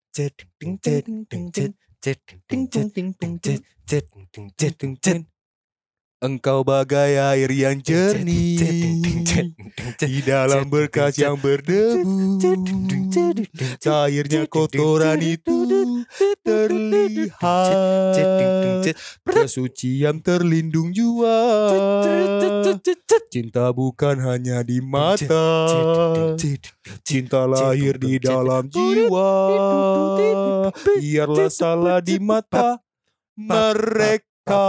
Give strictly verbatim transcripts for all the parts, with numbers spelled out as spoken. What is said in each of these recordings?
Engkau bagai air yang jernih di dalam berkas yang berdebu. Cairnya kotoran itu terlihat, kesucian terlindung jua. Cinta bukan hanya di mata, cinta lahir di dalam jiwa. Biarlah salah di mata mereka,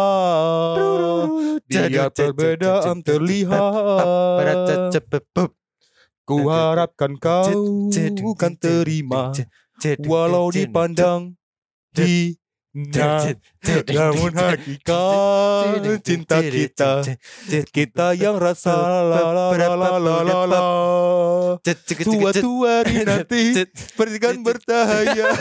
biar perbedaan terlihat. Ku harapkan kau kan terima, walau dipandang hina. Namun hakikat cinta kita, kita yang rasa la la la la la la la. Suatu hari nanti percikan bertahaya.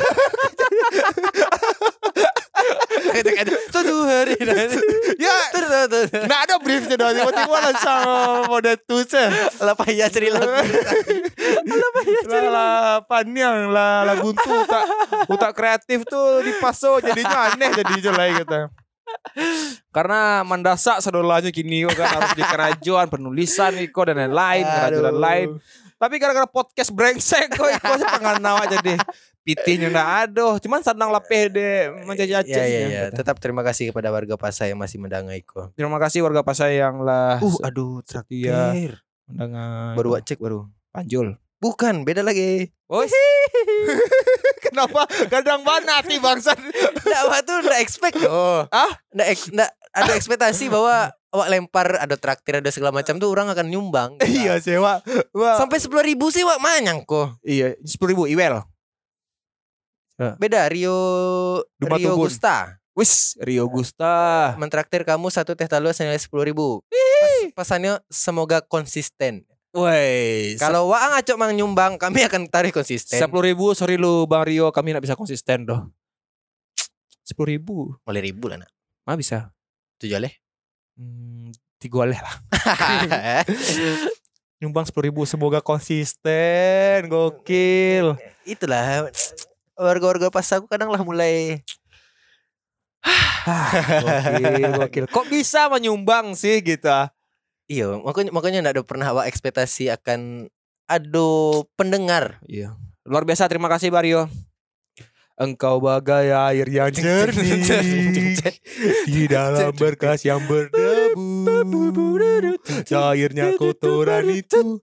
Suatu hari nanti. Ya, nggak ada briefnya dah. Tiba-tiba langsung mode tusa. Apa ya cari lagu? Apa ya cari lagu? Panjang lah lagu tu tak, utak kreatif tuh dipaso jadinya aneh jadi jelai kata. Karena mendasak sedolanya kini kan harus di kerajuan penulisan iko dan lain-lain, kerajuan lain. Tapi gara-gara podcast brengsek kok iko setengah nawa jadi pitinya ndak ada. Cuman senang lapeh de mencaci-caci. Ya, ya, ya. Tetap terima kasih kepada warga Pasai yang masih mendengar iko. Terima kasih warga Pasai yang lah. Uh, aduh, traktir. Mendengar. Baru cek baru. Panjul. Bukan, beda lagi. Oh. Kenapa kadang banget nih bangsat? Nggak, awak tuh nggak expect loh. Ah? Nggak, nggak ada ekspektasi bahwa awak lempar ada traktir ada segala macam tuh orang akan nyumbang. Iya sih, Wak. Sampai sepuluh ribu sih wak manyang kok. Iya, sepuluh ribu iwel. Beda Rio Duma Rio Tubun. Gusta. Wis, Rio Gusta. Mentraktir kamu satu teh talua senilai sepuluh ribu. Pas, pesannya semoga konsisten. Woi, kalau Waang acok mang nyumbang, kami akan tarik konsisten. Sepuluh ribu, sorry lu Bang Rio, kami nak bisa konsisten doh. Sepuluh ribu, boleh ribu lah nak. Mah bisa. Tujuh oleh? Hmm, tiga oleh lah. Nyumbang sepuluh ribu, semoga konsisten, gokil. Itulah warga-warga pas aku kadang lah mulai. Gokil, gokil. Kok bisa menyumbang sih gitu? Iya, makanya makanya enggak ada pernah awak ekspektasi akan ada pendengar. Iya. Luar biasa, terima kasih Bario. Engkau bagai air yang jernih di dalam berkas yang berdebu. Cairnya kotoran itu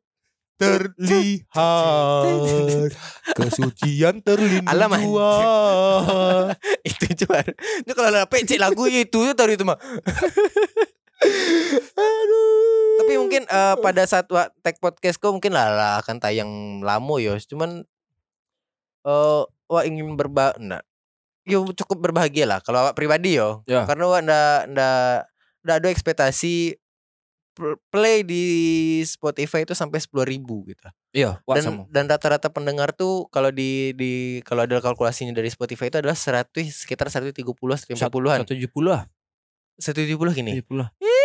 terlihat, kesucian terlindung jua. Itu cuma. Itu kalau ada P C lagu itu tadi itu mah. Aduh. Tapi mungkin uh, pada saat tag podcastku mungkin lah, lah akan tayang lamo ya. Cuman uh, wah ingin berba, nah, yo cukup berbahagia lah kalau awak pribadi yo. Ya. Karena wak ndak ndak ndak ada ekspektasi play di Spotify itu sampai sepuluh ribu gitu. Iya. Dan sama. Dan rata-rata pendengar tuh kalau di di kalau ada kalkulasinya dari Spotify itu adalah seratus sekitar seratus tiga puluh sampai empat puluhan. seratus tujuh puluh lah. seratus tujuh puluh gini. tujuh puluh.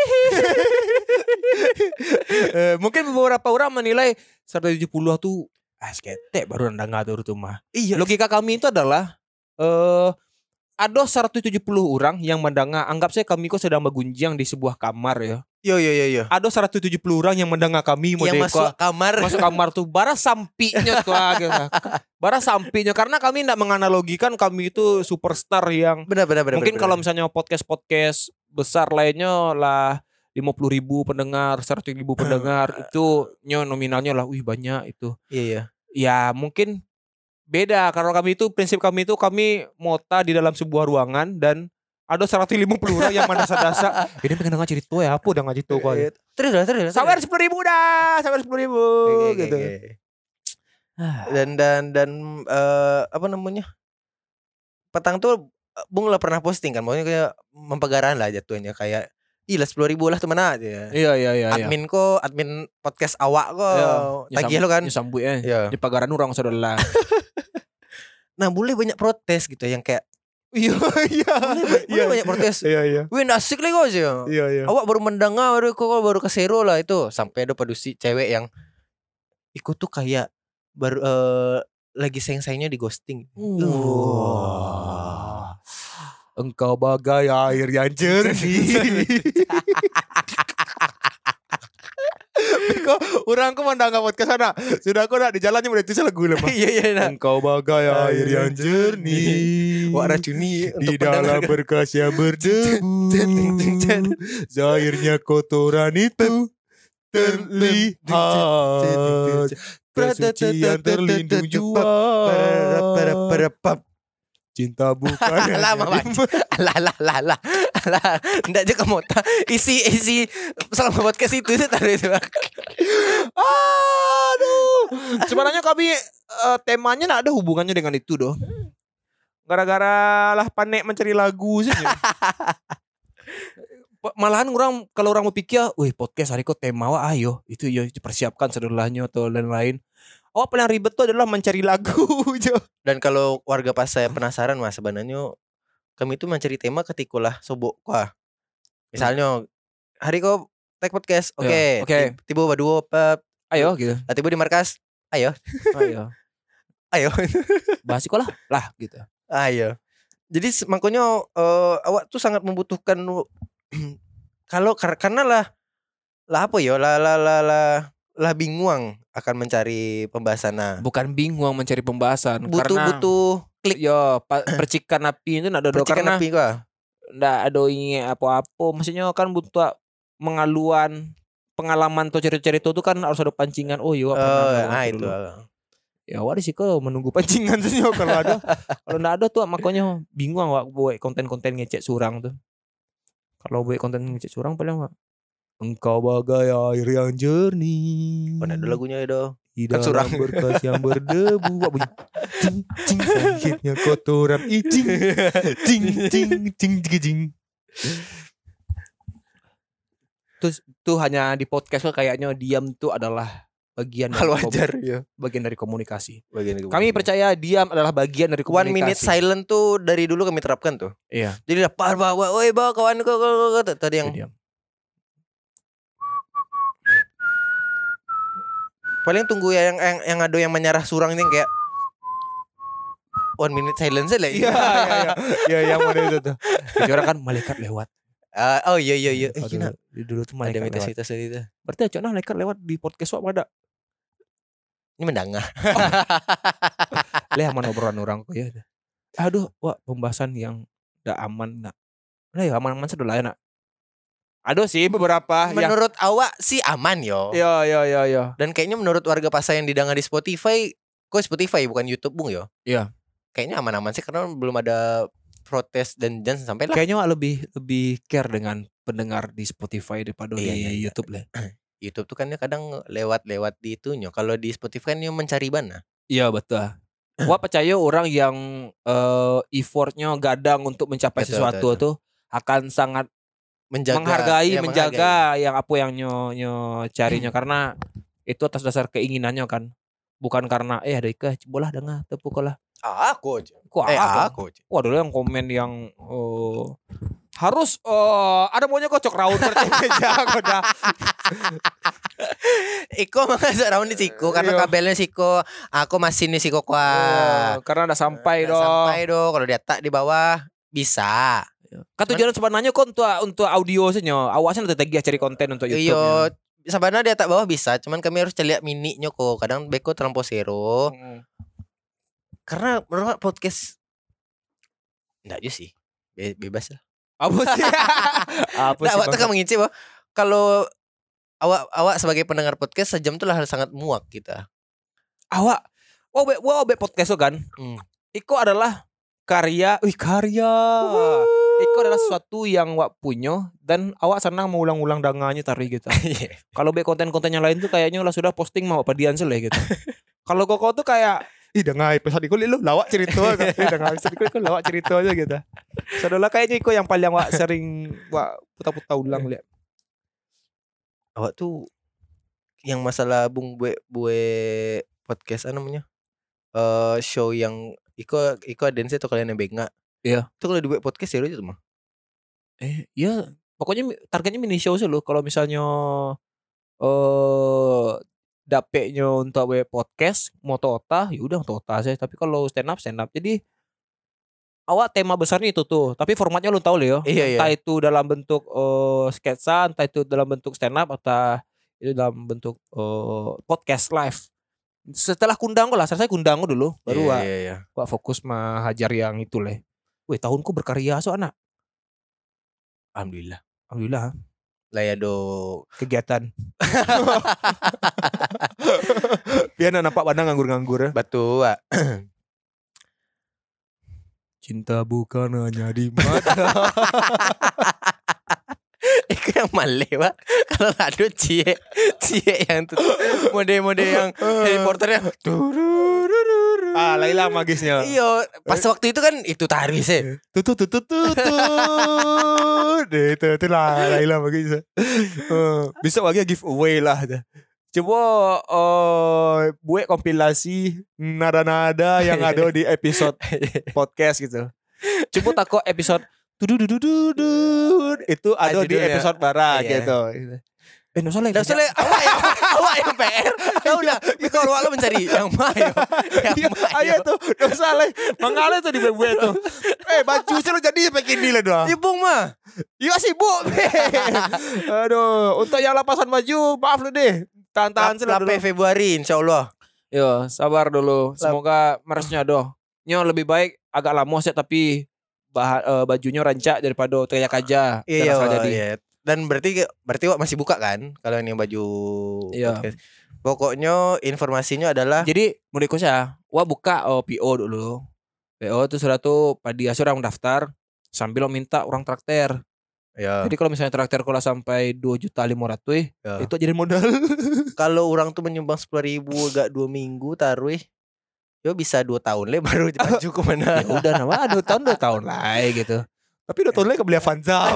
uh, mungkin beberapa orang menilai seratus tujuh puluh tuh ah seketek baru anda ngatur tuh mah. Iya. Logika kami itu adalah uh, ada seratus tujuh puluh orang yang mendengar, anggap saya kami kok sedang bergunjing di sebuah kamar ya. Yo yo yo yo. Ada seratus tujuh puluh orang yang mendengar kami yang masuk kamar. Masuk kamar tuh bara sampinya tuh gitu. Bara sampinya karena kami tidak menganalogikan kami itu superstar yang benar benar benar. Mungkin benar, kalau benar. misalnya podcast-podcast besar lainnya lah lima puluh ribu pendengar, seratus ribu pendengar uh, itu nyo nominalnya lah wih banyak itu. Iya iya. Ya mungkin beda karena kami itu prinsip kami itu kami mota di dalam sebuah ruangan dan ada seratus lima puluh orang yang mandasa-dasa. Ini pengen dengar cerita ya apa udah ngaji tuh kok. Terus lah terus. Sabar sepuluh ribu dah, sabar sepuluh ribu okay, gitu. Okay, okay. Dan dan dan uh, apa namanya? Petang tuh Bung lah pernah posting kan, maksudnya kayak mempegaran lah jatuhnya kayak ilah sepuluh ribu lah teman aja. Iya iya iya. Admin kok, admin podcast awak kok. Iya, tagih lo kan. Nyambut ya. Iya. Di pagaran orang saudara. Nah, boleh banyak protes gitu yang kayak iya iya. Boleh, boleh iya, banyak protes. Iya iya. Wih, asik lah kok sih. Iya iya. Awak baru mendengar baru kok baru ke Sero lah itu sampai ada produksi cewek yang ikut tuh kayak baru uh, lagi sayang-sayangnya di ghosting. Wah. Engkau bagai air yang jernih. Beko, orang aku mandang ngapot ke sana. Sudah aku nak di jalannya udah itu lagu lemah. Iya iya nah. Engkau bagai air yang jernih. Wak racuni di dalam berkas yang berdebu. Zahirnya kotoran itu terlihat. Kesucian terlindung jua. Cinta bukan lama banget. Lah lah lah lah. Lah, ndak je kamu isi isi selama podcast itu saya taruh itu. Aduh. Sebenarnya kami uh, temanya nggak ada hubungannya dengan itu doh. Gara-gara lah panik mencari lagu sih. Malahan orang kalau orang mau pikir, wih podcast hari kok tema wah ayo itu ya dipersiapkan sedulahnya atau lain-lain. Oh paling ribet tuh adalah mencari lagu. Dan kalau warga pas saya penasaran mas sebenarnya kami itu mencari tema ketikulah sobok wah. Misalnya hari kok take podcast, oke, okay, oke, okay. Tiba berdua, pep, ayo gitu. Tiba di markas, ayo, ayo, ayo, bahas lah, lah gitu. Ayo. Jadi makanya uh, awak tuh sangat membutuhkan kalau karena lah lah apa ya lah lah lah lah lah bingung akan mencari pembahasan. Nah. Bukan bingung mencari pembahasan butuh karena butuh klik yo pa, percikan api itu ndak ada percikan api kah ndak ada ingin apa-apa maksudnya kan butuh mengaluan pengalaman atau cerita-cerita itu kan harus ada pancingan. Oh iya pernah oh, ah, itu ya awak sih kok menunggu pancingan tuh kalau ada kalau ndak ada tuh makanya bingung awak buat konten-konten ngecek surang tuh. Kalau buat konten ngecek surang paling wak engkau bagai air yang jernih. Mana ada lagunya itu? Di dalam berkas yang berdebu. Wak bunyi cing cing sakitnya kotoran icing. Cing cing cing cing. Terus tuh hanya di podcast kok kayaknya diam tuh adalah bagian hal wajar ya. Bagian dari komunikasi. Bagian dari komunikasi. Kami percaya diam adalah bagian dari komunikasi. One minute silent tuh dari dulu kami terapkan tuh. Iya. Jadi lapar bawa, oi bawa kawan kau tadi yang diam. Paling tunggu yang yang yang ada yang menyerah surang ini kayak one minute silence lah. Iya iya iya. Ya yang mana itu tuh. Orang kan malaikat lewat. Uh, oh iya iya iya. Eh, dulu, dulu tuh malaikat ada lewat. Ada itu. Berarti aja nah malaikat lewat di podcast wak ada. Ini mendangah. Oh. Lihat mana obrolan orang kok ya. Aduh, wak pembahasan yang udah aman nak. Nah ya aman-aman sedolah ya nak. Ada sih beberapa menurut yang... awak sih aman yo. Iya iya iya iya. Dan kayaknya menurut warga Pasai yang didengar di Spotify, kok Spotify bukan YouTube bung yo. Iya. Kayaknya aman-aman sih karena belum ada protes dan jangan sampai lah. Kayaknya lebih lebih care dengan pendengar di Spotify daripada iya, di iya, YouTube lah. YouTube tuh kan kadang lewat-lewat di itunya. Kalau di Spotify kan mencari mana? Iya betul. Wah percaya orang yang uh, effortnya gadang untuk mencapai betul, sesuatu betul, betul. Tuh akan sangat menjaga, menghargai, ya, menjaga menghargai. Yang apa yang nyo nyo carinya karena itu atas dasar keinginannya kan, bukan karena eh ada ikah bolah dengar tepuk lah. Aku aja. Kok eh, aku? Wah dulu yang komen yang uh, harus uh, ada maunya kocok raun percaya udah. Iko masa raun di Siko karena kabelnya Siko, aku masih nih Siko kuah. Uh, karena udah sampai dong. Sampai dong kalau dia tak di bawah bisa. Kan tujuan sebenarnya kok untuk untuk audio saja. Awasnya nanti lagi cari konten untuk YouTube. Iya, sebenarnya dia tak bawah bisa, cuman kami harus celiak mininya kok. Kadang beko terlampau zero. Hmm. Karena menurut podcast enggak aja sih. Be- bebas lah. Apa sih? Apa sih? Awak tekan menginci bahwa kalau awak awak sebagai pendengar podcast sejam tuh lah sangat muak kita. Awak, wow be, wow be podcast kan. Hmm. Iko adalah karya, wih karya. Uhuh. Itu adalah sesuatu yang wak punya dan awak senang mengulang-ulang danganya tari gitu. Kalau be konten-konten yang lain tuh kayaknya lah sudah posting mau apa dian seleh gitu. Kalau koko tuh kayak ih dengar episode iku lu lawak cerita kan. Dengar episode iku lawak cerita aja gitu. Saudara kayaknya iku yang paling wak sering wak putar-putar ulang lihat. Awak tuh yang masalah bung bue bue podcast apa namanya? Uh, show yang iko iko dance atau kalian yang benga. Iya. Itu kalau dibuat podcast seru itu mah. Eh, iya. Pokoknya targetnya mini show sih loh. Kalau misalnya eh uh, dapetnya untuk web podcast motota ya udah motota saya, tapi kalau stand up stand up. Jadi awak tema besarnya itu tuh, tapi formatnya lu tahu Leo. Iya, Entah iya. itu dalam bentuk uh, sketsa, entah itu dalam bentuk stand up atau itu dalam bentuk uh, podcast live. Setelah kundang lah, selesai kundang dulu baru Iya, wak, iya, iya. wak fokus mah hajar yang itu leh. Weh, tahunku berkarya so anak. Alhamdulillah. Alhamdulillah. Lah ya do Kegiatan. Biar nampak pandang nganggur-nganggur. batu Wak. Cinta bukan hanya di mata. Itu yang male Pak. Kalau ada cie cie yang tuh mode-mode yang teleporternya. Ah, Laila magisnya. Iya, pas waktu itu kan itu tari sih. Tutut tutut tutut. Deh itu itu lah Laila magisnya. Uh, bisa lagi giveaway lah. Coba uh, buat kompilasi nada-nada yang ada di episode podcast gitu. Coba takut episode tududududud itu ada Ah, di judulnya. episode bara Iya. gitu. Eh, no soalnya. Dan soalnya awak yang awak yang P R. Tahu enggak? Kalau awak lo mencari yang mayo. Yang Ayo mayo. tuh, no salah. Mangale tuh di web tuh. Eh, baju sih lo jadi pakai ini lah doang. Ibung mah. Iya sibuk. Aduh, untuk yang lapasan baju, maaf lu deh. Tahan-tahan sih lah dulu. Sampai Februari insyaallah. Yo, sabar dulu. Semoga Marsnya doh. Nyo lebih baik agak lama sih tapi bah, uh, bajunya rancak daripada kayak aja. Iya, Jangan salah Wak, jadi. iya. Dan berarti berarti Wak masih buka kan kalau ini baju Iya. podcast. Pokoknya informasinya adalah Jadi menurutku saya, wah buka oh, P O dulu. P O itu sudah tuh pada orang daftar sambil lo minta orang traktir. ya, Jadi kalau misalnya traktir kalau sampai dua juta lima ratus ya. itu jadi modal. Kalau orang tuh menyumbang sepuluh ribu agak dua minggu taruh yo bisa dua tahun le baru baju kemana. Ya udah nama dua tahun dua tahun lah gitu. Tapi dua tahun lagi kebeli Avanza.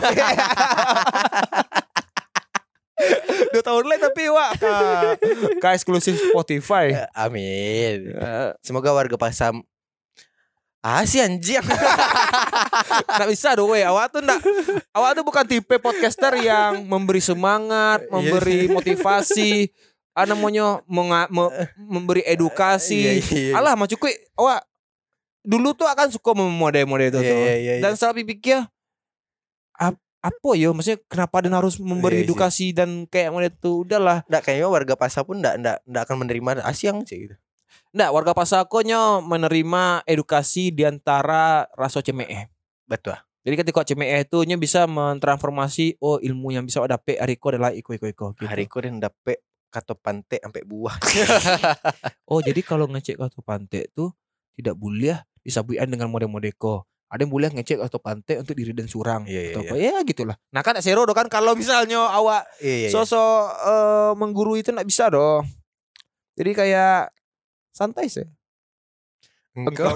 Dua tahun lagi tapi wah ka, ka eksklusif Spotify. Amin. Eh, Semoga warga Pasam Ah si anjing. Nggak bisa dong weh. Awak tuh nggak, awak tuh bukan tipe podcaster yang memberi semangat, memberi motivasi, ah namanya menga, me, memberi edukasi. Iya, iya, iya. Alah mah cukup awak dulu tuh akan suka memode-mode itu Iya, tuh. iya, iya, iya. Dan setelah pikir ap, apa ya maksudnya kenapa dan harus memberi Iya, iya. edukasi dan kayak model itu udahlah. Nggak, kayaknya warga Pasar pun nggak nggak nggak akan menerima asyang sih gitu. Nggak, warga Pasakonya menerima edukasi di antara raso C M E. Betul. Jadi ketika C M E itu nya bisa mentransformasi oh ilmu yang bisa dapet hariko adalah iko iko iko gitu. Hariku dan dapet kato pante sampai buah. Oh jadi kalau ngecek kartu pantai itu tidak boleh disabuin dengan mode-mode ko. Ada yang boleh ngecek kartu pantai untuk diri dan surang. Iya, iya, atau iya. apa ya gitulah. Nah kan Sero do kan kalau misalnya awak Iya, iya. sosok eh, mengguru itu nggak bisa dong. Jadi kayak santai sih. Engkau.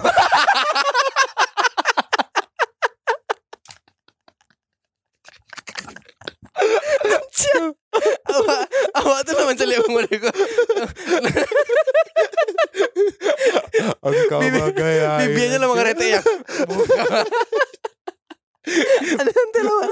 awak awak tuh nama celik bangun aku. Engkau Bibi- bagai air. Bibianya lama ngerete ya. Ada nanti lo.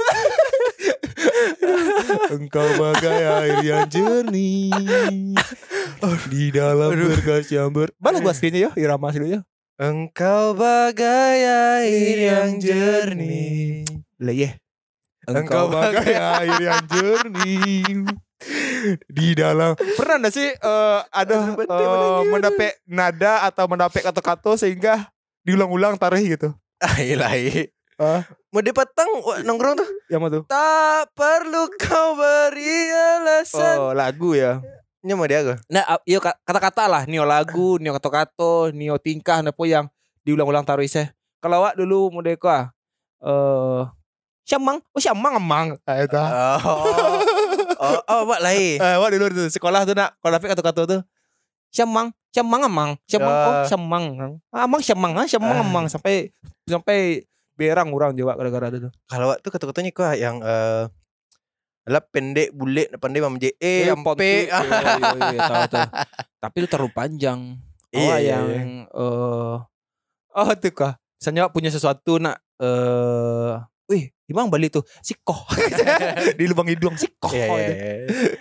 Engkau bagai air yang jernih di dalam berkas yang ber. Bala gua aslinya ya, irama aslinya ya. Engkau bagai air yang jernih. Lah ya. Engkau Engkau bagai air yang jernih di dalam. Pernah enggak sih eh, ada Bentar, eh, bentar. mendapat nada atau mendapat kata-kata sehingga diulang-ulang taruh gitu? Ai lai. Ah, Mau di petang wah, nongkrong tuh. yang mana tuh? Tak perlu kau beri alasan. Oh, lagu ya. Nya mau dia aku. Nah, ap- iya ka- kata-kata lah, nio lagu, nio kata-kata, nio tingkah apa yang diulang-ulang taruh iseh. Kalau awak dulu mode ko ah. Eh, Syamang, oh Syamang emang. Ah, itu. Oh. Oh, oh, wak lai. Eh, awak dulu tuh sekolah tuh nak, kalau dapat kata-kata tuh. Syamang, Syamang emang, Syamang Ya. oh Syamang. Ah, Amang Syamang, ah Syamang Ah. emang sampai sampai berang orang juga gara-gara itu. Kalau waktu kata-katanya kau yang eh adalah pendek bulat pandai mam J Eh, E ponti. sampai Iya, iya, iya, tahu tuh. Tapi itu terlalu panjang. Iya, Awak iya, yang eh oh tuh kah. Misalnya punya sesuatu nak eh wih, gimana balik tuh? Sikoh. Di lubang hidung sikoh. Iya, iya, gitu. iya.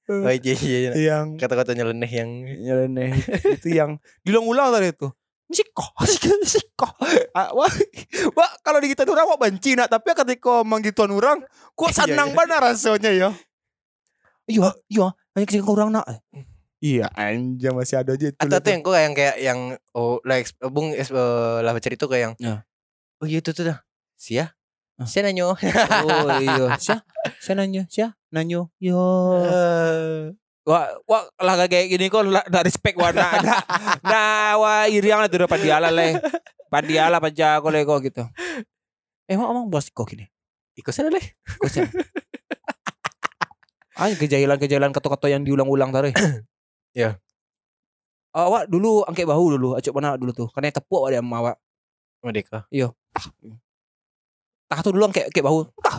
Oh iya iya. Yang Kata-kata nyeleneh yang nyeleneh itu yang diulang-ulang tadi itu. Siko, siko. Ah, wah, wah kalau di kita orang wah benci nak, tapi ketika manggituan orang, kok senang banget rasanya ya. Iya, iya, banyak sih orang nak. Iya, anjir masih ada aja itu. Atau tuh yang kok yang kayak yang oh like bung uh, lah cerita kayak yang ya. Oh iya itu tuh dah. Sia. Sia nanyo. Oh iya, sia. Sia nanyo, sia nanyo. Yo. Wah, wah lah kayak gini kok enggak respect warna ada. Nah, wah iriang itu udah pandiala le. Pandiala paja kok lego gitu. Eh, mau ngomong bos kok gini. Ikut sana le. Ikut sana. Ah, kejahilan-kejahilan kata-kata yang diulang-ulang tadi. Ya. Oh, wak dulu angke bahu dulu, acok mana dulu tuh. Karena tepuk dia sama wak. Merdeka. Iya. Tah tuh dulu angke angke bahu. Tah.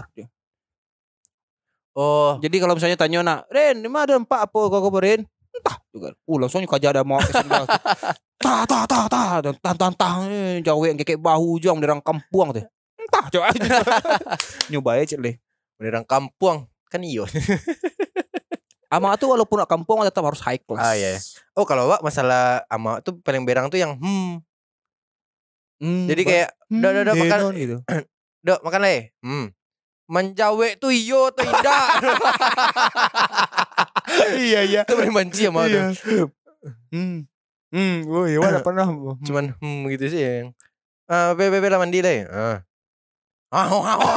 Oh, jadi kalau misalnya tanya nak, Ren, di mana empat apa kau kabarin? Entah juga. Uh, langsung kaja ada mau kesana. Tah tah tah tah dan tah tah tah jauh yang kayak bahu jong dari kampung tuh. Entah coba. Nyoba aja le. Dari kampung kan iyo. Ama tuh walaupun nak kampung tetap harus high class. Ah iya. Oh kalau wak masalah ama tuh paling berang tuh yang hmm. hmm jadi kayak hmm, dok dok dok makan gitu. Dok makan le. Hmm. Menjawe tuh iyo tuh indah. Iya iya. Itu paling benci sama iya. tuh. Hmm. Hmm, oh iya mana pernah. Cuman hmm gitu sih yang. Ah, bebe bebe lah mandi deh. Ah. Ah,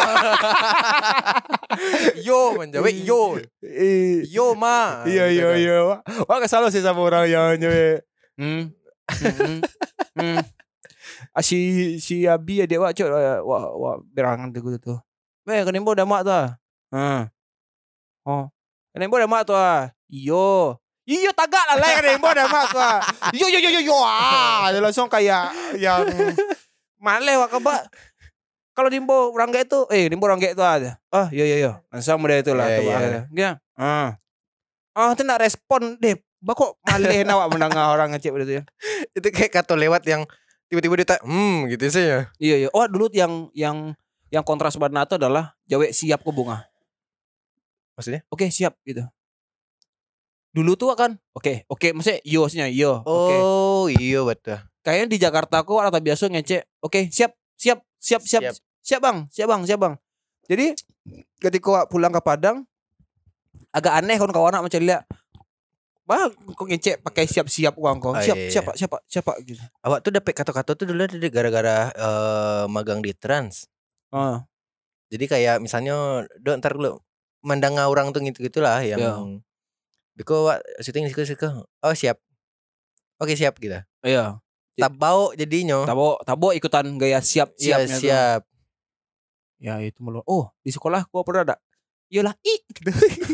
yo menjawe yo. Yo ma. Iya iya iya. Wah kesal sih sama orang yang nyawe. Hmm. Hmm. Hmm. Ah, si si Abi dia wak cok wah wah berangan tuh tuh. Weh, kenapa udah mak tu ah? Ha. Oh. Kenapa udah mak tu ah? Iyo. Iyo tagak lah lah kenapa udah mak tu ah. Yo yo yo yo yo ah. Dia langsung kayak yang maleh wak kebak. Kalau dimbo rangga itu, eh dimbo rangga itu aja. Ah, yo yo yo. Langsung mudah itulah tu ah. Ya. Ah. Ah, tu nak respon deh. Bakok maleh nak wak mendengar orang ngecek begitu ya. Itu kayak kata lewat yang tiba-tiba dia tak hmm gitu sih ya. Iya iya. Oh, dulu yang yang yang kontras banget itu adalah jawe siap ke bunga. Maksudnya? Oke, okay, siap gitu. Dulu tuh kan, oke, okay, oke, okay, maksudnya iyo sihnya iyo. Oh, okay. iyo betul. Kayaknya di Jakarta kok atau biasa ngecek, oke, okay, siap, siap, siap, siap, siap, siap bang, siap bang, siap bang. Jadi ketika pulang ke Padang, agak aneh kawan-kawan macam lihat, bah, kok ngecek pakai siap-siap uang kok, siap, oh, iya, siap, pak, siap, pak, siap, pak, gitu. Awak tuh dapet kata-kata tuh dulu dari gara-gara uh, magang di Trans. Oh. Jadi kayak misalnya do ntar dulu mendengar orang tuh gitu-gitulah yang yeah. Biko syuting siku-siku. Oh siap. Oke siap gitu. Iya. Tabau jadinya. Tabau tabau ikutan gaya siap-siapnya ya, siap. Tuh. Ya itu mulu. Oh, di sekolah gua pernah ada. Iyalah i gitu.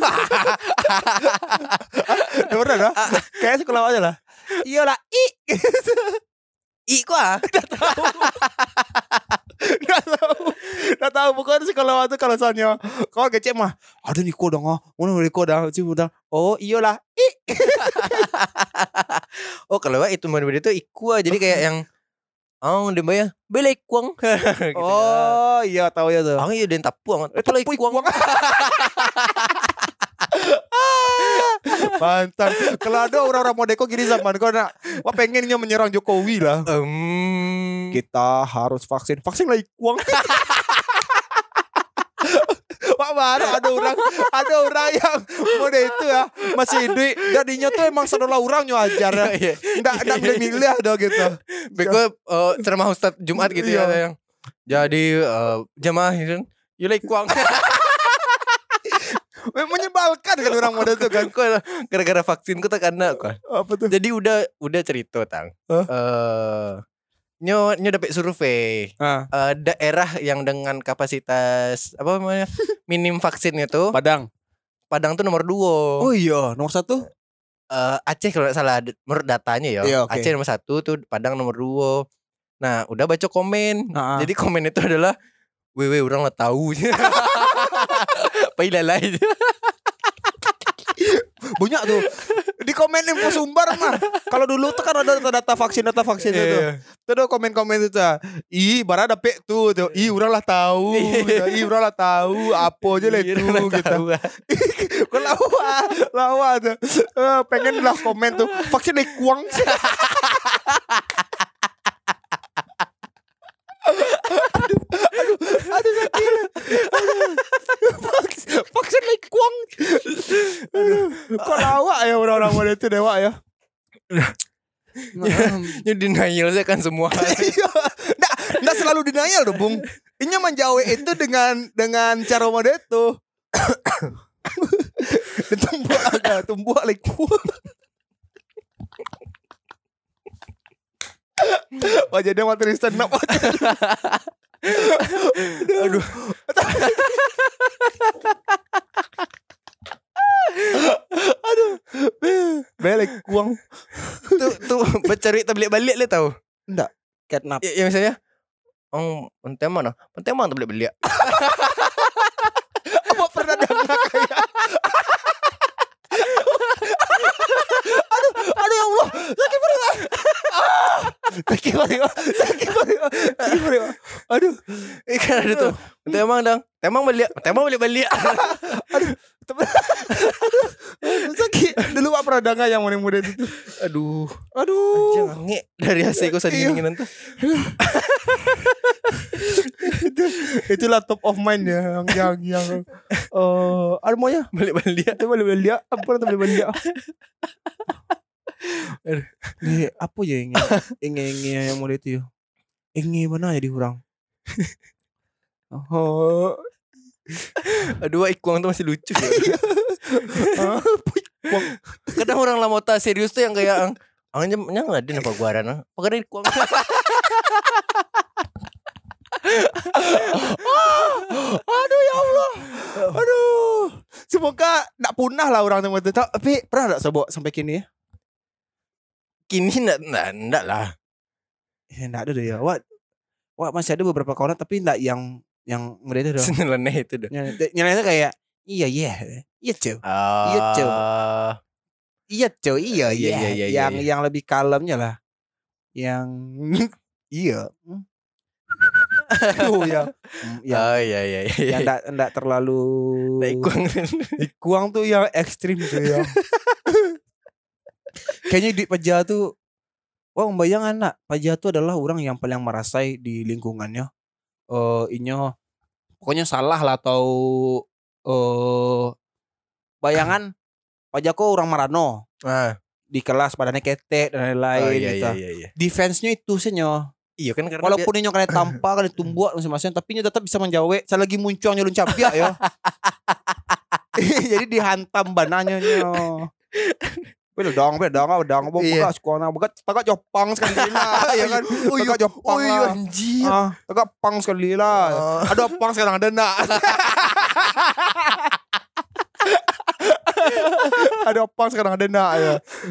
Pernah dah? Kayak sekolah aja lah. Iyalah i. I kok ah? Gak tahu. Gak tahu. Gak tahu. Bukan sekolah itu kalau soalnya kau kecek mah. Ada Niko dong ah. Mana Niko dah? Coba dah. Oh iyalah. I. Oh kalau itu mana itu iku ah. Jadi kayak yang oh dia bayar beli kuang. Gitu oh iya tahu ya tuh. Oh iya dan tapuang. Tapu kuang. Mantap. Kalau ada orang-orang modeko gini zaman kau nak, wah pengennya menyerang Jokowi lah. Um, Kita harus vaksin, vaksin lagi kuang. Wah baru ada orang, ada orang yang mode itu ya masih hidup. Jadinya tuh emang saudara orang nyajar ya. Nggak nggak milih ada gitu. Beko uh, ceramah Ustadz Jumat gitu ya yang. Jadi uh, jamaah itu, yulai kuang. Menyebalkan kan orang mode itu kan. Gara-gara vaksin ku tak kena kan. Apa tuh? Jadi udah udah cerita tang. Huh? Uh, nyo nyo dapat survei. Ah. Uh, daerah yang dengan kapasitas apa namanya minim vaksinnya tuh. Padang. Padang tuh nomor dua. Oh iya, nomor satu. Uh, Aceh kalau nggak salah menurut datanya ya. Iya, okay. Aceh nomor satu tuh, Padang nomor dua. Nah udah baca komen. Uh-uh. Jadi komen itu adalah, wewe orang lah tahu. Pailah lain. Banyak tuh. Di komen info sumber mah. Kalau dulu tuh kan ada data vaksin data vaksin itu. Iya. Tuh ada komen-komen itu tuh. Ih, bara ada pe tuh. tuh. Ih, urang lah tahu. gitu. Ih, urang lah tahu apa aja lah itu gitu. Kok lawa, lawa tuh. Eh, pengen lah komen tuh. Vaksin dari kuang. aduh, aduh, aduh sakit. Aduh. Vaksin, vaksin dari kuang. Aduh, kok lawa ya orang-orang model itu dewa ya. Ini denial saya kan semua. Nggak, nggak selalu denial dong, Bung. Ini menjawab itu dengan dengan cara model itu. Tumbuh agak, tumbuh lagi. Wajahnya materi stand up. Aduh. Aduh. Belek kuang. Tuh tuh bercari terbalik-balik le tahu. Enggak. Catnap. Ya, ya misalnya oh, penting mana? Penting mana terbalik-balik. Apa pernah dengar kayak Aduh, aduh ya Allah, sakit perut. Ah, sakit perut, sakit perut, sakit perut. Aduh, Ikan ada tuh. Temang dang. Temang balik. Temang balik-balik. aduh, aduh, sakit. Dulu apa pernah dengar yang muda-muda itu? Aduh. Aduh. Jangan nge dari hasil ku sedih dingin tuh. itu itulah top of mind ya yang yang yang eh ada maunya Balik-balik. itu balik-balik apa tuh balik-balik. Nih, apa ya ingin ingin ingin yang muda itu ya? Ingin mana ya diurang? Oh, Aduh, ikuang tuh masih lucu ya. Kadang orang lamota serius tuh yang kayak angannya nyang ada apa gua rana. Pakai ikuang. Aduh ya Allah. Aduh. Semoga nak punah lah orang itu. Tapi pernah enggak sebok sampai kini ya? Kini enggak enggak, enggak lah. Ya enggak ada deh ya. Wah. Wah, masih ada beberapa kawan tapi enggak yang yang mereka itu dong. Senyeleneh itu dah. Nyelanya kayak iya iya. Iya, cuy. Oh. Iya, cuy. Iya, cuy. Iya, Iya, iya. iya, iya, Yang iya. yang lebih kalemnya lah. Yang iya. Oh ya. Yang Oh iya iya iya. yang enggak enggak terlalu Nah, ikuang. Ikuang tuh yang ekstrim tuh ya. Kayaknya di Paja tuh, wah membayangkan nak, Paja tuh adalah orang yang paling merasai di lingkungannya. Eh, inyo, pokoknya salah lah atau eh bayangan Paja kok orang Marano Ah. di kelas badannya ketek dan lain-lain Oh iya gitu. iya iya iya. Defense-nya itu sih nyo. Iya kan karena Walaupun inyo kena tampak kena tumbuh masing-masing, tapi inyo tetap bisa menjawab. Saya lagi muncul nyelun cabiak ya. Jadi dihantam bananya nyo. Beda dong, beda dong, beda dong, buka sekolah, buka tagak Jepang sekali lah, ya kan? Tagak Jepang lah, anjir. ah, tagak pang sekali lah. Ada pang sekarang ada nak. Ada pang sekarang ada nak ya.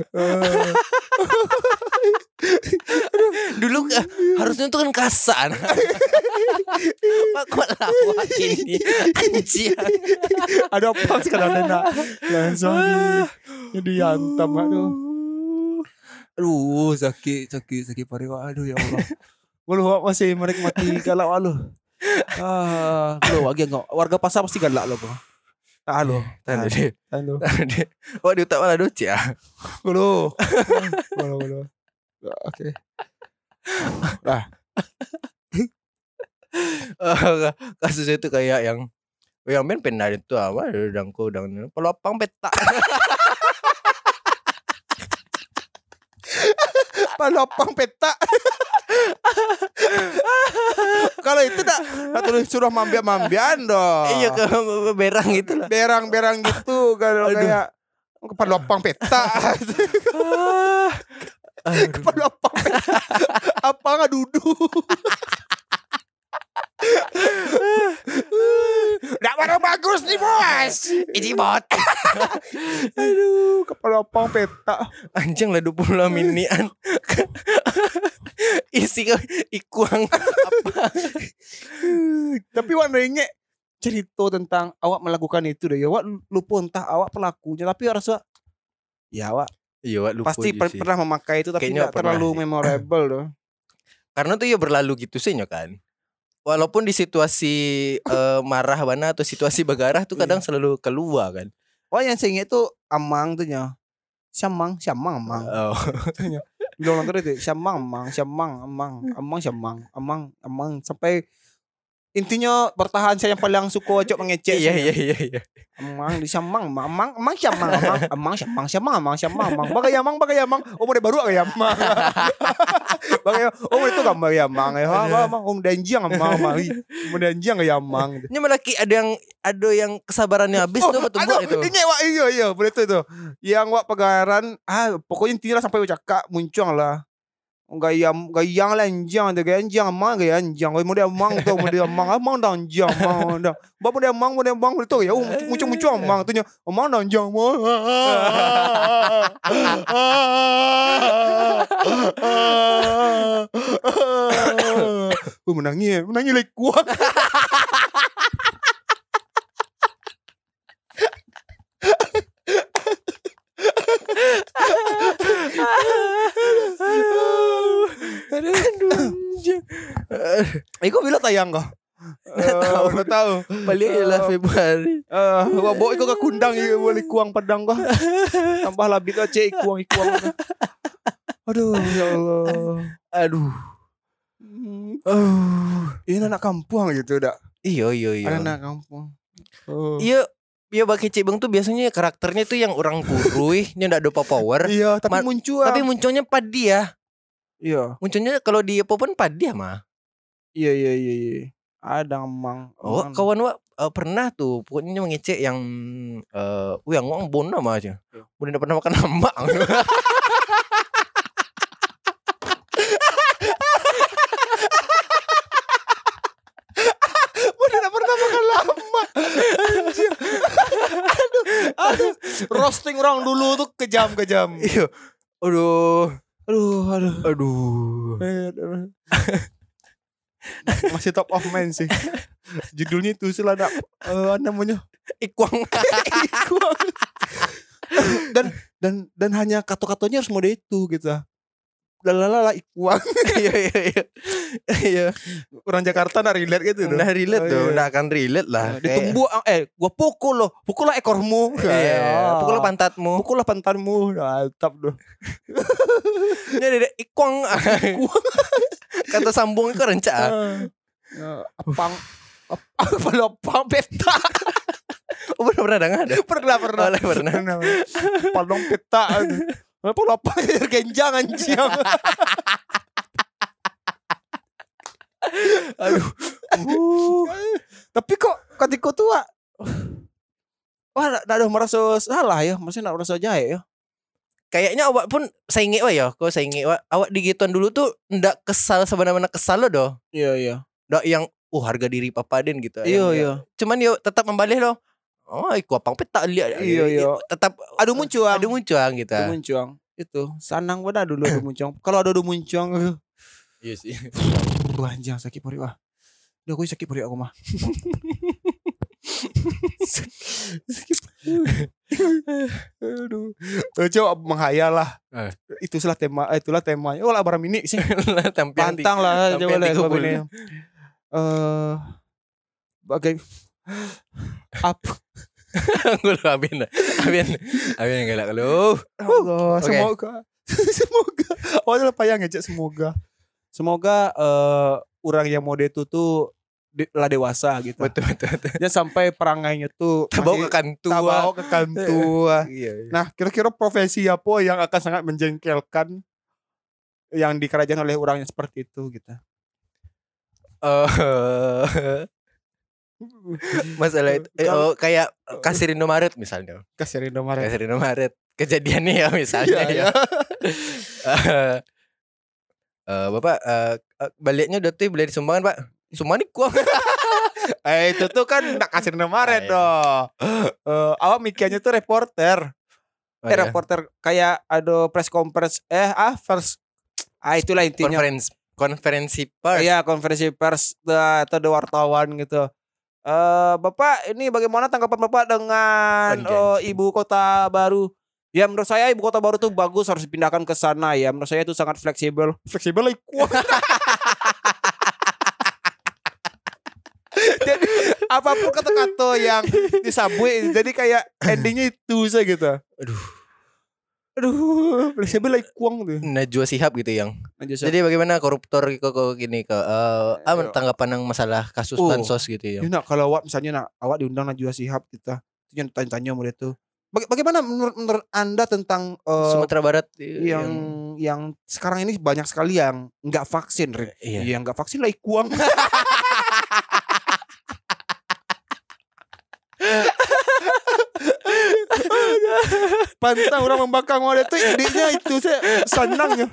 Dulu uh, harusnya itu kan kasar. Pak kok lawak ini anjir. Ada pang sekarang ada nak. Langsung di dihantam aduh. Aduh, sakit, sakit, sakit pariwa. Aduh ya Allah. Gua masih menikmati galak aduh. Ah, lo lagi enggak warga pasar pasti galak lo, Bang. Halo, Halo deh. halo. Oh di utak malah duci ya. Halo. Halo, halo. Oke. Lah. Kasus itu kayak yang yang main pernah itu apa dangku dang pelopang peta. Pelopang peta. Kalau itu dah tulis suruh mambian-mambian dong. Iya ke berang gitu lah. Berang-berang gitu kalau kayak pelopang peta. Pelopang peta. Apa nggak duduk? Nggak baru bagus nih bos. Ini bot. Aduh, kepala pang peta. Anjing lah dua puluh minian. Isi ke ikuang apa? Tapi Wan Renge cerita tentang awak melakukan itu deh. Ya awak lupa entah awak pelakunya. Tapi rasa ya awak Iya, Wak, lupa Pasti aja per- sih. pernah memakai itu tapi Kayaknya tidak terlalu pernah sih. memorable loh. Karena tuh ya berlalu gitu sih nyo kan. Walaupun di situasi eh, marah mana atau situasi begarah tuh kadang selalu keluar kan. Oh yang saya ingat tuh amang tuh nya. Siamang, siamang amang. Oh. Bilang nonton itu siamang amang, siamang amang, amang siamang, amang amang sampai intinya bertahan saya yang paling suka cok mengecek. Iya saya. iya iya iya. Amang di siamang, amang, amang, amang siamang, amang, amang siamang, siamang, amang, siamang, amang. Bagai amang, bagai amang. Oh mau baru bagai amang. Bagai oh itu gambar amang ya. Ha, amang, om danjiang amang, amang. Om danjiang ya amang. Ini malah ki ada yang ada yang kesabarannya habis tuh betul aduh, itu. Ini wak iya iya boleh tuh itu. Yang wak pegaran ah pokoknya intinya sampai cakap muncul lah. Gayam gayang lanjang ada ganjang amang ganjang. Oh model amang tuh model amang amang danjang amang dah. Ba model amang model amang itu ya muncul muncul amang tuh nya amang danjang amang. Oh menangis menangis lagi kuat. Eh kok bila tayang kok? Nggak tahu. Nggak tahu. Paling adalah Februari. Eh, uh, bawa iko ke kundang iya boleh kuang padang kok. Tambah labit aja ikuang ikuang. Aduh ya Allah. Aduh. Hmm, Uh. ini anak kampung gitu dak. Iya iya iya. Anak kampung. Oh. Iya, iya bagi Cibeng tuh biasanya karakternya tuh yang orang kurui, yang enggak ada power. Iya, tapi Ma- muncul. Tapi munculnya padi ya. iya. Munculnya kalau di apa pun padi ya mah. Iya iya iya iya. Ada emang. Oh, emang. kawan wa uh, pernah tuh pokoknya mengecek yang eh uh, yang ngomong bona mah aja. Udah enggak pernah makan lama. Udah enggak pernah makan lama. Anjir. Aduh, aduh. Roasting orang dulu tuh kejam-kejam. Iya. Aduh. Aduh, aduh. Aduh. Aduh. Masih top of mind sih. Judulnya itu sih lah nak uh, namanya Ikwang. Ikuang. dan dan dan hanya kata-katanya harus mode itu gitu. Lalala ikuang. Iya iya iya. Iya. Orang Jakarta nak relate gitu. Udah relate Oh, tuh, iya. udah akan relate lah. Kayak- Ditumbuk eh gua pukul loh. Pukul lah ekormu. Iya, pukul pantatmu. Pukul lah pantatmu. Mantap tuh. Ini ada ikwang. Kata sambung itu rencak. Apang apa lo apang peta. Oh, pernah pernah dengar ada. Pernah pernah. Oh, pernah. Palong peta. Apa lo apa genjang anjing. Aduh. Uh, tapi kok ketika tua wah nggak ada merasa salah ya, maksudnya nggak merasa jahe ya. Kayaknya awak pun saya ingat wah ya, kok saya ingat wah, awak digituan dulu tuh ndak kesal sebenarnya kesal lo doh. Iya iya. Ndak yang oh harga diri papaden gitu. Iya Yang- iya. Cuman yo tetap membalih loh. Oh, iku apang peta lihat. Iya, iya. Tetap Adu muncul. Adu muncuang gitu. Adu muncul. Itu sanang benar dulu adu muncul. Kalau ada adu muncul, Iya sih. wah anjing sakit perut wah. Udah aku sakit perut aku mah. Sakit. Aduh. Eh, Coba menghayal lah. Eh. Itulah tema, eh, itulah temanya. Oh lah barang mini sih. Tampilan Pantang lah sampai coba lah tiga coba puluh. ini. Eh bagai apa? Gue lu abin dah. Abin. Abin yang galak lu. Allah, Oke. semoga semoga awalnya payang aja semoga. Semoga eh orang yang mode itu tuh de- lah dewasa gitu. Betul betul. betul. Jangan sampai perangainya tuh Tabawa masih ke kantua. tabawa ke kantua. Iya. Nah, kira-kira profesi apa yang akan sangat menjengkelkan yang dikerjakan oleh orang yang seperti itu gitu. Eh masalah itu eh, oh, kayak kasir Indomaret misalnya. Kasir Indomaret. Kasir Indomaret. Kejadiannya ya misalnya Iya, ya. Eh, eh, Bapak eh, eh, baliknya udah tuh beli di Sumbangan, Pak. Sumbangan di kuang. Eh itu tuh kan nak kasir Indomaret Ah, iya. dong. Eh, awak mikirnya tuh reporter. Oh, eh iya. reporter kayak ada press conference eh ah first ah itulah intinya. Konferensi konferensi pers. Iya konferensi pers da- atau ada wartawan gitu. Eh Bapak ini bagaimana tanggapan Bapak dengan Konjansi. eh, ibu kota baru Ya menurut saya ibu kota baru tuh bagus, harus dipindahkan ke sana ya. Menurut saya itu sangat fleksibel. Fleksibel like kuat. Jadi apapun kata-kata yang disabui, jadi kayak endingnya itu saja gitu. Aduh. Aduh, fleksibel like kuang tuh. Najwa Shihab gitu yang. Lanjut, Jadi bagaimana koruptor kok kok gini ke eh apa Ayo. tanggapan yang masalah kasus Oh. bansos gitu ya. Ya, nak, kalau awak misalnya nak awak diundang Najwa Shihab kita, itu yang tanya-tanya mulai itu. Baga- Bagaimana menurut, menurut Anda tentang eh, Sumatera Barat yang yang sekarang ini banyak sekali yang nggak vaksin, Rin. Iya. Yang nggak vaksin lah kuang. Pantang orang membakar wadah itu idenya itu saya senang ya.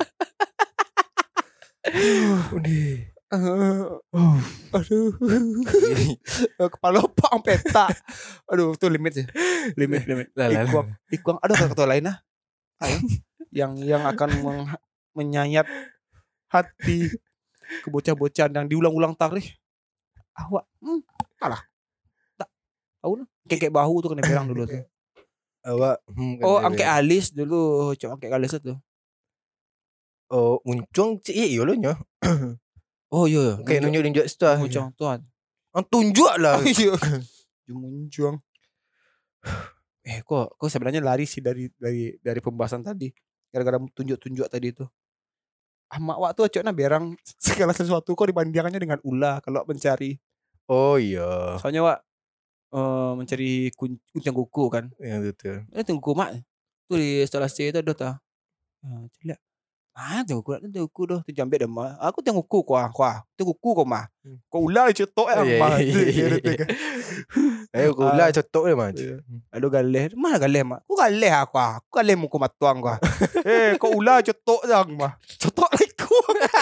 Udah. Uh, aduh. Kepala pak peta. Aduh, itu limit sih. Limit limit. Lah, lah, lah. Ikuang, ikuang ada kata lain ah. Ayo. Yang yang akan meng- menyayat hati ke bocah-bocah yang diulang-ulang tarikh. Awak, hmm, kalah. Tak tahu lah. Kekek bahu tuh kena perang dulu tuh. Awak hmm, Oh, kan angke dia- alis dulu, cok angke alis itu. Oh, uncung sih iya lo nya. Oh iya, Kayak nunjuk-nunjuk situ ah. muncung tuan. Ah, tunjuk lah. Iya. Muncung. Eh kok kok sebenarnya lari sih dari dari dari pembahasan tadi. Gara-gara tunjuk-tunjuk tadi itu. Amak waktu acoknya berang segala sesuatu kok dibandingkannya dengan ulah kalau mencari. Oh iya. Soalnya wak eh, mencari kun- kuncang kuku kan. Yang itu. Eh tunggu mak. Tu di instalasi itu ada ta. Ah, jelek. Ah, tunggu kuku, tunggu kuku doh, tu jambe dah mah. Aku tunggu kuku kuah, kuah. Tunggu kuku kau mah. Kau ulah cetok ya Iya, mah. iya, iya, iya. Eh, aku lah cetok dia mah. Aduh galeh. Mana galeh mak? Ku galeh aku. ah. Ku galeh muka matuang ku. Eh, kau ulah cetok jang mah. Cetok lagi ku.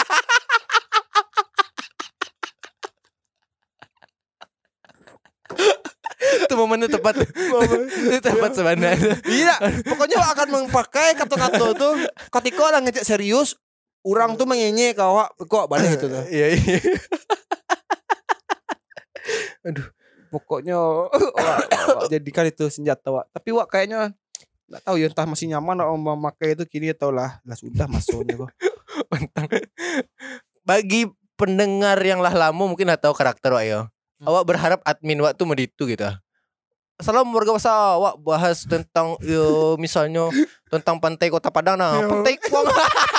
Itu momennya tepat. Itu tepat sebenarnya. Iya, pokoknya akan memakai kata-kata tuh ketika orang ngecek serius, orang tuh mengenye kau kok balik itu tuh. Iya, iya. Pokoknya wak, wak, jadikan itu senjata wak. Tapi wak kayaknya nggak tahu ya entah masih nyaman atau memakai itu kini atau lah lah sudah masuknya kok. Mentang. Bagi pendengar yang lah lama mungkin nggak tahu karakter wak ya. Awak berharap admin wak tuh meditu gitu. Salam warga masa awak bahas tentang yo misalnya tentang pantai Kota Padang nah, pantai Kuang.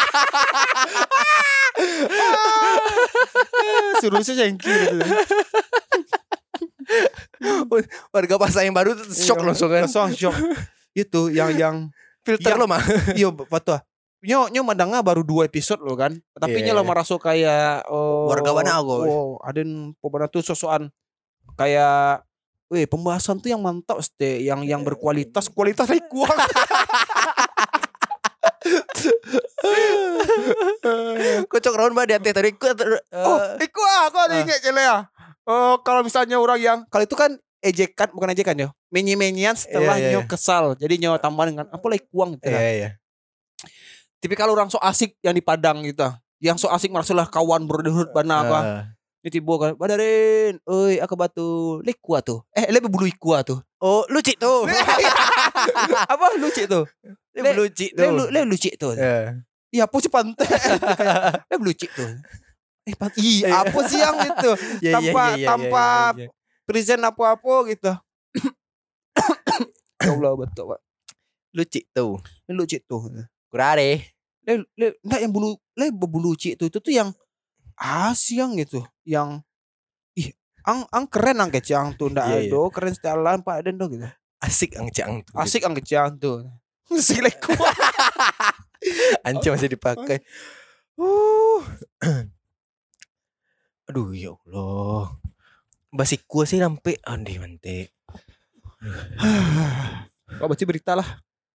Suruh saya jengki gitu. Warga pasar yang baru tuh shock langsung kan. Langsung shock. Itu yang yang Filter yang- lo mah. iya betul. Nyo nyo madangnya baru dua episode loh kan. Tapi Iya, nyo lo iya. merasa kayak oh, Warga mana aku? Oh, ada pembahasan tuh sosokan kayak weh pembahasan tuh yang mantap ste, yang yang berkualitas, kualitas lagi kuang. Kocok round ba di hati tadi ku Oh, iku aku ada ah. ingat cele ya. Oh, kalau misalnya orang yang kalau itu kan ejekan bukan ejekan ya. Menyi-menyian setelah Iya, iya, nyo iya. kesal. Jadi nyo tambah dengan apa lagi kuang gitu. Iya Kan. iya. Tapi kalau orang so asik yang di Padang gitu. Yang so asik merasalah kawan brotherhood bana apa. Ah. Ini tiba kan, Badarin, oi, aku batu, lekua tuh. Eh, lebih bulu ikua tuh. Oh, lucu tuh. Apa lucu tuh? Le- lucu Le, tuh. lu, le lucu tuh. Eh. Iya, apa sih pantai? Le lucu tuh. Eh, pan- Ih, apa sih yang itu? Iya, iya, Tanpa iya, iya, tanpa iya, iya. present apa-apa gitu. Ya Allah betul, Pak. Lucu tuh. Le lucu tuh. Kurare. Le, le, enggak yang bulu, le bulu lucu tuh. Itu tuh yang asiang gitu. Yang ih, ang ang keren ang kecang tuh ndak Iya, iya. ada, keren setelan Pak Den tuh gitu. Asik ang cang tuh. Asik ang kecang tuh. Asik like kuat. Anca masih dipakai. Uh. Aduh ya Allah. Basi kuah sih sampai andi mante. Kau baca berita lah.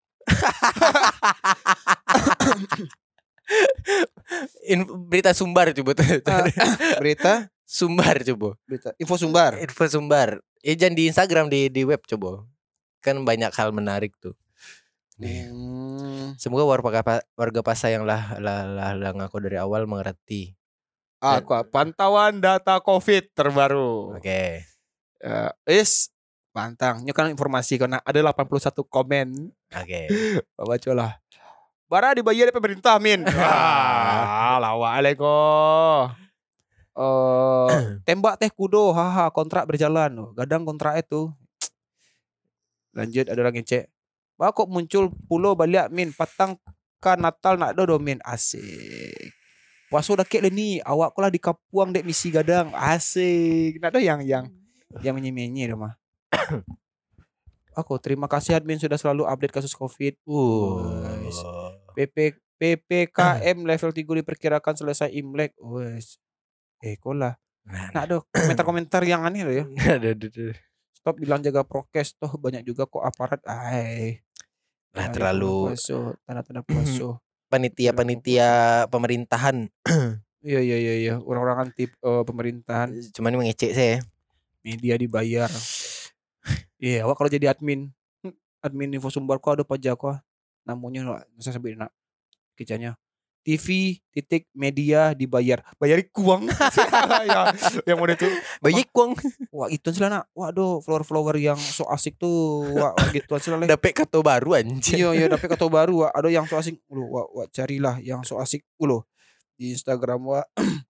In, berita sumbar coba tuh. Berita, Sumbar coba. berita. Info sumbar. Info sumbar. Eh jangan di Instagram di di web coba. Kan banyak hal menarik tuh. Hmm. Semoga warga warga Pasar yang lah lah lah, lah ngaku dari awal mengerti. Aku pantauan data COVID terbaru. Oke. Ya, is Pantang. Ini kan informasi karena ada delapan puluh satu komen. Oke. Baca lah. Bara dibayar dari pemerintah min. Wah, lawak alaikum. Uh, tembak teh kudo, haha kontrak berjalan. Oh, gadang kontrak itu. Lanjut ada orang ngecek. Bah kok muncul pulau balik min patang kan Natal nak do min asik. Puasa dah kek ni, awak kulah di Kapuang dek misi gadang. Asik. Nak do yang yang yang menye-menye dah mah. Aku terima kasih admin sudah selalu update kasus Covid. Wes. P P P P K M level tiga diperkirakan selesai Imlek. Wes. Eh kolah. Nak do komentar-komentar yang aneh loh ya. Stop bilang jaga prokes toh banyak juga kok aparat. Ai. Lah terlalu puaso, tanda-tanda puaso. Panitia-panitia pemerintahan. Iya iya iya iya, orang-orang anti uh, pemerintahan. Cuman ini mengecek saya. Media dibayar. Iya, yeah, awak kalau jadi admin, admin info sumber kok ada pajak kok. Namanya saya sebut nak kerjanya. T V titik media dibayar. Bayari kuang. Ya, yang model itu. Bayar kuang. Wah, itu sih nak. Waduh, flower-flower yang so asik tuh. Wah, gitu sih lah. Dapat kata baru anjir. Iya, iya dapat kata baru. Wah, ada yang so asik. Lu, wah, wah, carilah yang so asik. Lu di Instagram wah.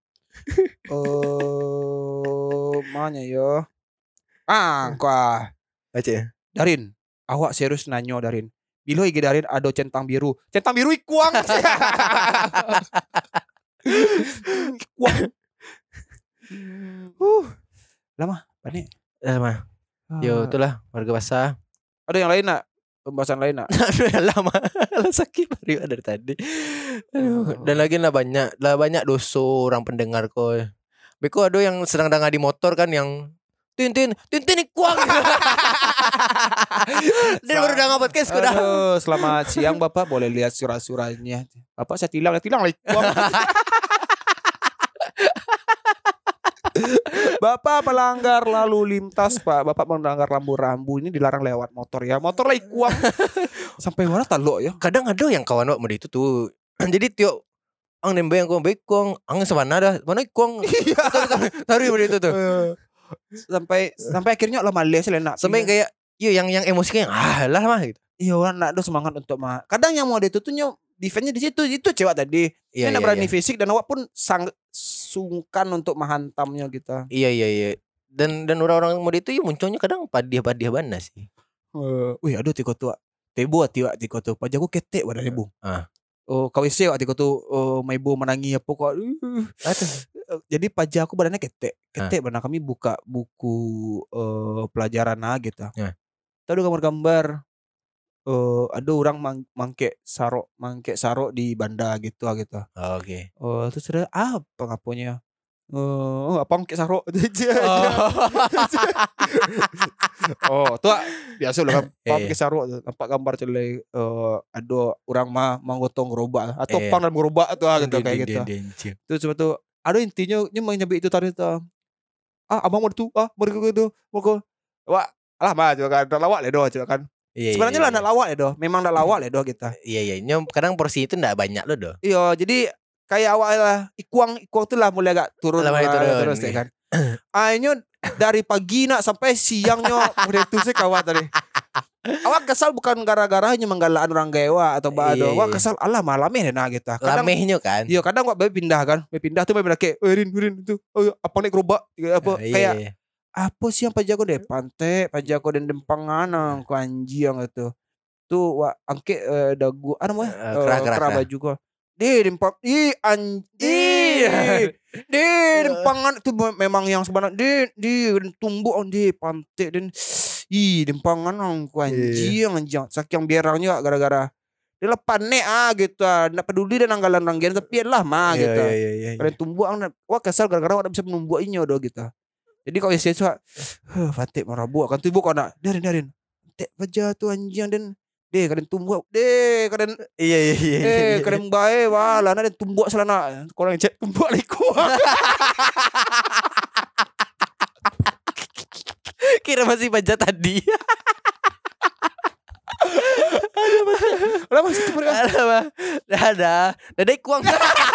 Eh, mana ya? Ah, kau. Baca. Darin, awak serius nanyo Darin. Bilo I G Darin ada centang biru. Centang biru ikuang. Ikuang. Uh. Lama, panik. Lama. Yo, itulah warga basah. Ada yang lain nak? Pembahasan lain nak? Aduh, lama. Lah sakit baru dari tadi. Aduh, dan lagi lah banyak, lah banyak dosa orang pendengar kau. Beko ada yang sedang dengar di motor kan yang Tintin, Tintin ikuang. Dia baru dengar podcast ku dah. Aduh, selamat siang Bapak, boleh lihat surat-suratnya. Bapak saya tilang, tilang lah ikuang. Bapak pelanggar lalu lintas Pak. Bapak melanggar rambu-rambu ini dilarang lewat motor ya. Motor lah ikuang. Sampai mana talok ya. Kadang ada yang kawan wak mode itu tuh. Jadi tiok ang nembe yang kau bekong, ang sabana dah. Mana ikuang. Taruh mode itu tuh. Sampai sampai akhirnya lah males lah nak. Sampai kayak yo yang yang emosi kayak ah lah mah gitu. Iya orang nak ada semangat untuk mah. Kadang yang mode itu tuh nyo defense-nya di situ itu cewek tadi. Dia Iya, nak iya, berani iya. fisik dan awak pun sang sungkan untuk menghantamnya kita. Iya iya iya. Dan dan orang-orang mode itu ya munculnya kadang padiah-padiah bana sih. Uh, wih aduh tiko tua. Tebo ati wak tiko tu. Pajaku ketek wadah ibu. Ah. Oh kau isi wak tiko tu oh my ibu menangi apa kok. Uh. Jadi pajak aku badannya ketek. Ketek benar kami buka buku uh, pelajaran nah gitu. Ya. Tahu gambar-gambar uh, ada orang mang mangke sarok mangke sarok di banda gitu gitu. Oh, oke. Okay. Oh terus ada apa ngaponya? Oh, apa mangke sarok? Oh, tuh biasa lah pam ke sarok nampak gambar celai uh, ada orang mah menggotong gerobak atau Eh. pang dalam gerobak tuh gitu kayak gitu. Itu cuma tuh ada intinya nya nyambi itu tadi tuh. Ah, abang mau tu, ah, mau gitu, mau ke. Wah, alah mah juga kan lawak le doh juga kan. Iya, Sebenarnya iya, lah iya. nak lawak le doh, memang nak lawak le doh kita. Iya iya, nyom kadang porsi itu ndak banyak loh doh. Iya, jadi kayak awak lah ikuang ikuang tu lah mulai agak turun Lah, mulai lah, turun, terus iya. ya kan. Ayo dari pagi nak sampai siangnya udah itu sih kawat tadi. Awak kesal bukan gara-gara hanya menggalaan orang gewa atau bado. Iya, Awak iya. kesal Allah malamnya nah kita. Kadang Lamehnya kan. iya kadang awak bae pindah kan. Bae pindah tuh bae kayak eh, Rin Rin itu. Oh, apa nih gerobak apa Ah, iya, kayak iya. apa sih yang pajago deh pantai pajago dan dempangan ku anjing gitu. Tuh wak angke uh, dagu apa namanya? Uh, kera- kera- kera kera. baju gua. Di dempang i anjing. Di dempangan itu memang yang sebenarnya di di tumbuh on di pantai dan ih dempangan ku anjing anjing saking biarangnya gara-gara dia lepas nek ah gitu ah ndak peduli dan anggalan ranggen tapi lah mah Iya, gitu. iya, iya, iya. Kalian tumbuh ang wah kesal gara-gara wak bisa menumbuhinya do gitu. Jadi kalau saya suka huh Fatih marabu akan tubuh kau nak darin darin. Tek baja tu anjing dan deh kalian tumbuh deh kalian Iya iya iya. eh kalian bae wah lah nak tumbuh selana korang cek tumbuh liku. Kira masih baca tadi. Lah masih tu mereka. Ada. Dadah. Dadah kuang.